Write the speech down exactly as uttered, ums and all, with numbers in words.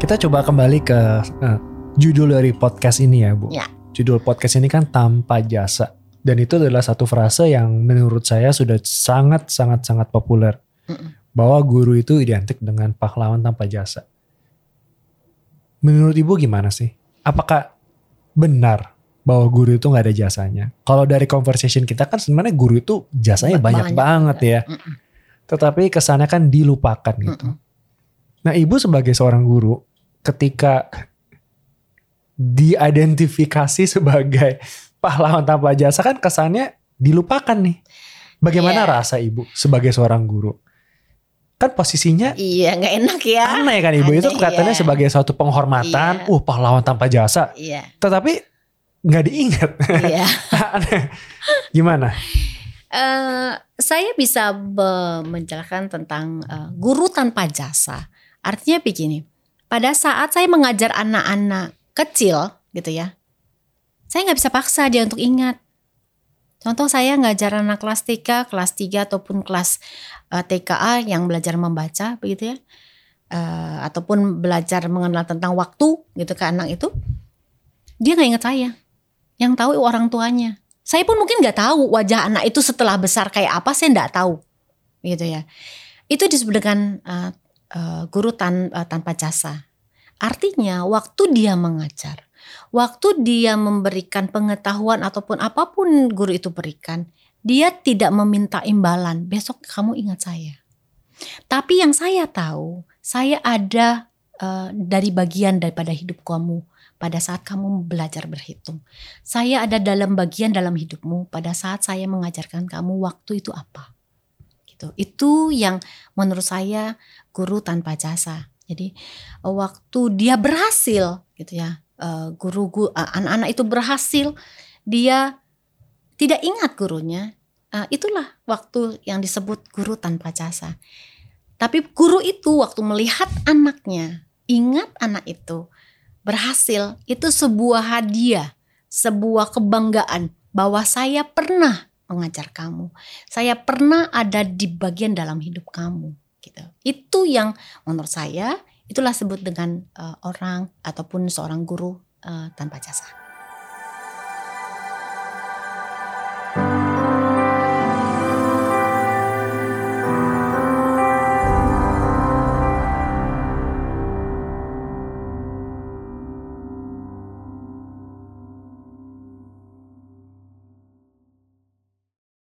Kita coba kembali ke uh, judul dari podcast ini ya Bu. Ya. Judul podcast ini kan tanpa jasa. Dan itu adalah satu frase yang menurut saya sudah sangat-sangat-sangat populer. Mm-mm. Bahwa guru itu identik dengan pahlawan tanpa jasa. Menurut Ibu gimana sih? Apakah benar bahwa guru itu gak ada jasanya? Kalau dari conversation kita kan sebenarnya guru itu jasanya banyak, banyak banget ya. Mm-mm. Tetapi kesannya kan dilupakan gitu. Mm-mm. Nah Ibu sebagai seorang guru ketika diidentifikasi sebagai pahlawan tanpa jasa kan kesannya dilupakan nih. Bagaimana yeah. rasa Ibu sebagai seorang guru? Kan posisinya iya nggak enak ya. Aneh kan Ibu, aneh, itu kelihatannya ya. sebagai suatu penghormatan, Iya. uh pahlawan tanpa jasa. Iya. Tetapi nggak diingat. Iya. Gimana? Uh, saya bisa be- menjelaskan tentang uh, guru tanpa jasa. Artinya begini, pada saat saya mengajar anak-anak kecil gitu ya, saya nggak bisa paksa dia untuk ingat. Contoh saya ngajar anak kelas tiga, kelas tiga ataupun kelas uh, T K A yang belajar membaca begitu ya. Uh, ataupun belajar mengenal tentang waktu gitu ke anak itu. Dia gak ingat saya. Yang tahu orang tuanya. Saya pun mungkin gak tahu wajah anak itu setelah besar kayak apa, saya gak tahu. Gitu ya. Itu disebut dengan uh, uh, guru tan, uh, tanpa jasa. Artinya waktu dia mengajar, waktu dia memberikan pengetahuan ataupun apapun guru itu berikan, dia tidak meminta imbalan. Besok kamu ingat saya. Tapi yang saya tahu, saya ada uh, dari bagian daripada hidup kamu pada saat kamu belajar berhitung. Saya ada dalam bagian dalam hidupmu pada saat saya mengajarkan kamu waktu itu apa. Gitu. Itu yang menurut saya guru tanpa jasa. Jadi uh, waktu dia berhasil, gitu ya. Uh, guru, guru uh, anak-anak itu berhasil, dia tidak ingat gurunya. Uh, itulah waktu yang disebut guru tanpa jasa. Tapi guru itu waktu melihat anaknya, ingat anak itu berhasil, itu sebuah hadiah, sebuah kebanggaan bahwa saya pernah mengajar kamu, saya pernah ada di bagian dalam hidup kamu. Gitu. Itu yang menurut saya itulah sebut dengan uh, orang ataupun seorang guru uh, tanpa jasa.